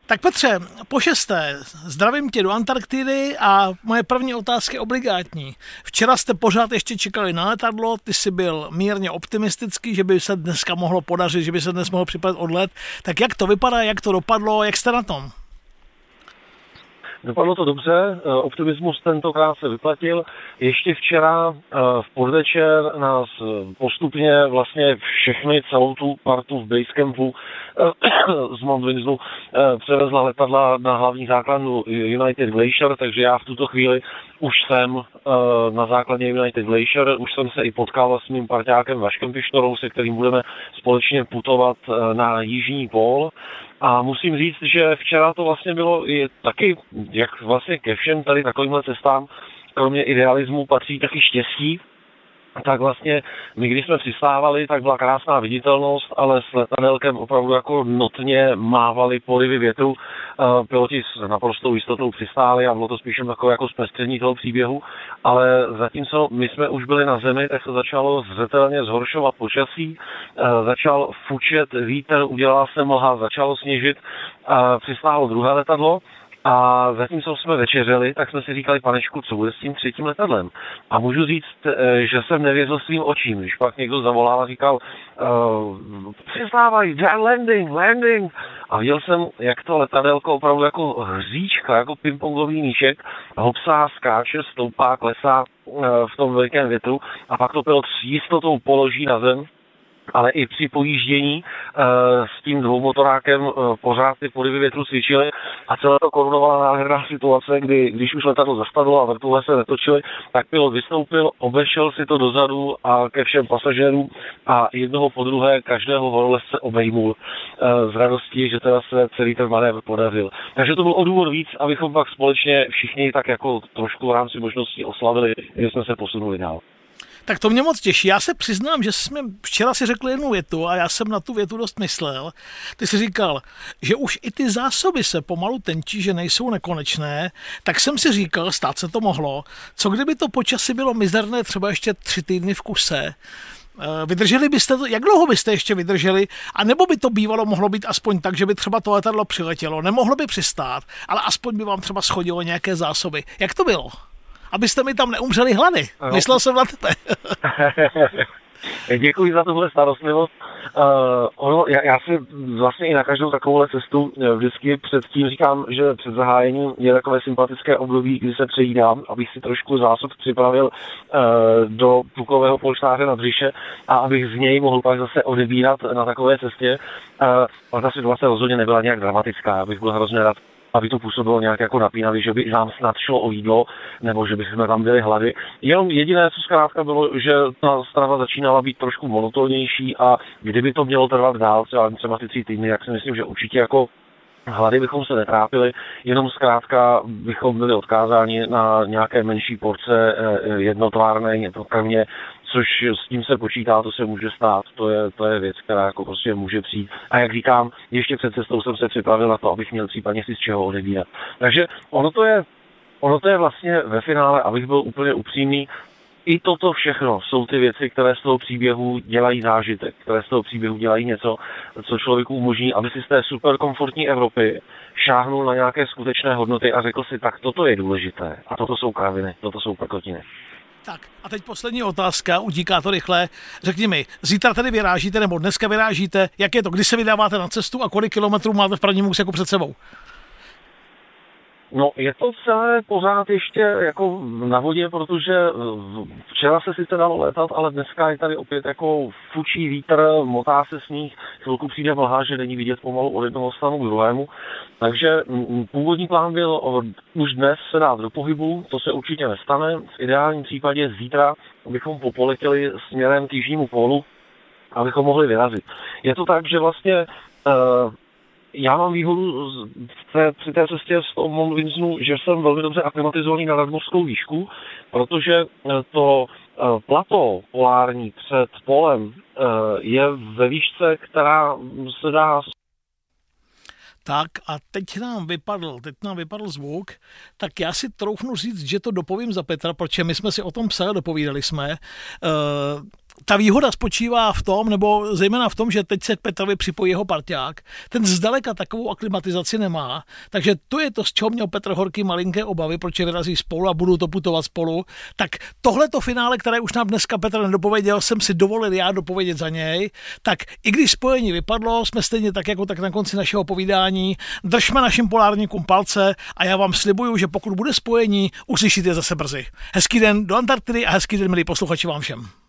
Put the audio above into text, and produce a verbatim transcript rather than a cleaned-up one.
Tak Petře, po šesté, zdravím tě do Antarktidy a moje první otázka je obligátní. Včera jste pořád ještě čekali na letadlo, ty jsi byl mírně optimistický, že by se dneska mohlo podařit, že by se dnes mohl připravit odlet. Tak jak to vypadá, jak to dopadlo, jak jste na tom? Dopadlo to dobře, optimismus tentokrát se vyplatil. Ještě včera v podvečer nás postupně vlastně všechny, celou tu partu v basecampu z Mount Winslow převezla letadla na hlavní základnu United Glacier, takže já v tuto chvíli už jsem na základně United Glacier, už jsem se i potkal s mým parťákem Vaškem Pištorou, se kterým budeme společně putovat na Jižní pól. A musím říct, že včera to vlastně bylo i taky, jak vlastně ke všem tady takovýmhle cestám, kromě idealismu patří taky štěstí. Tak vlastně my, když jsme přistávali, tak byla krásná viditelnost, ale s letadelkem opravdu jako notně mávali porivy větru. Piloti s naprostou jistotou přistáli a bylo to spíš takové jako zpestření toho příběhu, ale zatímco my jsme už byli na zemi, tak se začalo zřetelně zhoršovat počasí, začal fučet vítr, udělala se mlha, začalo sněžit, přistálo druhé letadlo. A zatímco jsme večeřeli, tak jsme si říkali, panečku, co bude s tím třetím letadlem. A můžu říct, že jsem nevěřil svým očím, když pak někdo zavolal a říkal, uh, přistávají, landing, landing. A viděl jsem, jak to letadelko opravdu jako hříčka, jako pingpongový míček, hopsá, skáče, stoupá, klesá uh, v tom velikém větru a pak to pilot s jistotou položí na zem. Ale i při pojíždění e, s tím dvoumotorákem e, pořád ty porivy větru cvičily a celé to korunovala nádherná situace, kdy když už letadlo zastavilo a vrtule se netočily, tak pilot vystoupil, obešel si to dozadu a ke všem pasažérům a jednoho po druhé každého horolezce obejmul e, z radosti, že teda se celý ten manévr podařil. Takže to byl o důvod víc, abychom pak společně všichni tak jako trošku v rámci možností oslavili, že jsme se posunuli dál. Tak to mě moc těší. Já se přiznám, že jsme včera si řekli jednu větu a já jsem na tu větu dost myslel. Ty jsi říkal, že už i ty zásoby se pomalu tenčí, že nejsou nekonečné, tak jsem si říkal, stát se to mohlo, co kdyby to počasí bylo mizerné třeba ještě tři týdny v kuse. Vydrželi byste to, jak dlouho byste ještě vydrželi, a nebo by to bývalo mohlo být aspoň tak, že by třeba to letadlo přiletělo, nemohlo by přistát, ale aspoň by vám třeba schodilo nějaké zásoby. Jak to bylo? Abyste mi tam neumřeli hlady. No. Myslel jsem na tebe. Děkuji za tuhle starostlivost. Uh, ono, já, já si vlastně i na každou takovouhle cestu vždycky předtím říkám, že před zahájením je takové sympatické období, kdy se přejídám, abych si trošku zásob připravil uh, do plukového polštáře na břiše a abych z něj mohl pak zase odebírat na takové cestě. Uh, ale ta situace rozhodně nebyla nějak dramatická, abych byl hrozně rád, aby to působilo nějak jako napínavý, že by nám snad šlo o jídlo, nebo že bychom tam byli hlavy. Jenom jediné, co zkrátka bylo, že ta strava začínala být trošku monotónnější a kdyby to mělo trvat dál, třeba, třeba ty tři týdny, tak si myslím, že určitě jako hlady bychom se netrápili, jenom zkrátka bychom byli odkázáni na nějaké menší porce jednotvárné, něco krmě, což s tím se počítá, to se může stát, to je, to je věc, která jako prostě může přijít. A jak říkám, ještě před cestou jsem se připravil na to, abych měl případně si z čeho odebírat. Takže ono to je, ono to je vlastně ve finále, abych byl úplně upřímný, i toto všechno jsou ty věci, které z toho příběhu dělají zážitek, které z toho příběhu dělají něco, co člověku umožní, aby si z té super komfortní Evropy šáhnul na nějaké skutečné hodnoty a řekl si, tak toto je důležité a toto jsou kraviny, toto jsou prkotiny. Tak a teď poslední otázka, utíká to rychle. Řekni mi, zítra tady vyrážíte nebo dneska vyrážíte, jak je to, kdy se vydáváte na cestu a kolik kilometrů máte v prvním úseku před sebou? No, je to celé pořád ještě jako na vodě, protože včera se sice dalo letat, ale dneska je tady opět jako fučí vítr, motá se sníh, chvilku přijde mlha, že není vidět pomalu od jednoho stanu k druhému. Takže původní plán byl už dnes se dát do pohybu, to se určitě nestane. V ideálním případě zítra bychom popoletěli směrem k jižnímu pólu, abychom mohli vyrazit. Je to tak, že vlastně uh, já mám výhodu té, při té cestě z toho Mount Winslow, že jsem velmi dobře aklimatizovaný na nadmořskou výšku, protože to plato polární před polem je ve výšce, která se dá... Tak a teď nám vypadl, teď nám vypadl zvuk, tak já si troufnu říct, že to dopovím za Petra, protože my jsme si o tom psali, dopovídali jsme. ta výhoda spočívá v tom, nebo zejména v tom, že teď se k Petrovi připojí jeho parťák. Ten zdaleka takovou aklimatizaci nemá, takže to je to, z čeho měl Petr Horký malinké obavy, proč vyrazí spolu a budou to putovat spolu. Tak tohleto finále, které už nám dneska Petr nedopověděl, jsem si dovolil já dopovědět za něj. Tak i když spojení vypadlo, jsme stejně tak jako tak na konci našeho povídání. Držme našim polárníkům palce a já vám slibuju, že pokud bude spojení, uslyšíte zase brzy. Hezký den do Antarktidy a hezký den, milí posluchači, vám všem.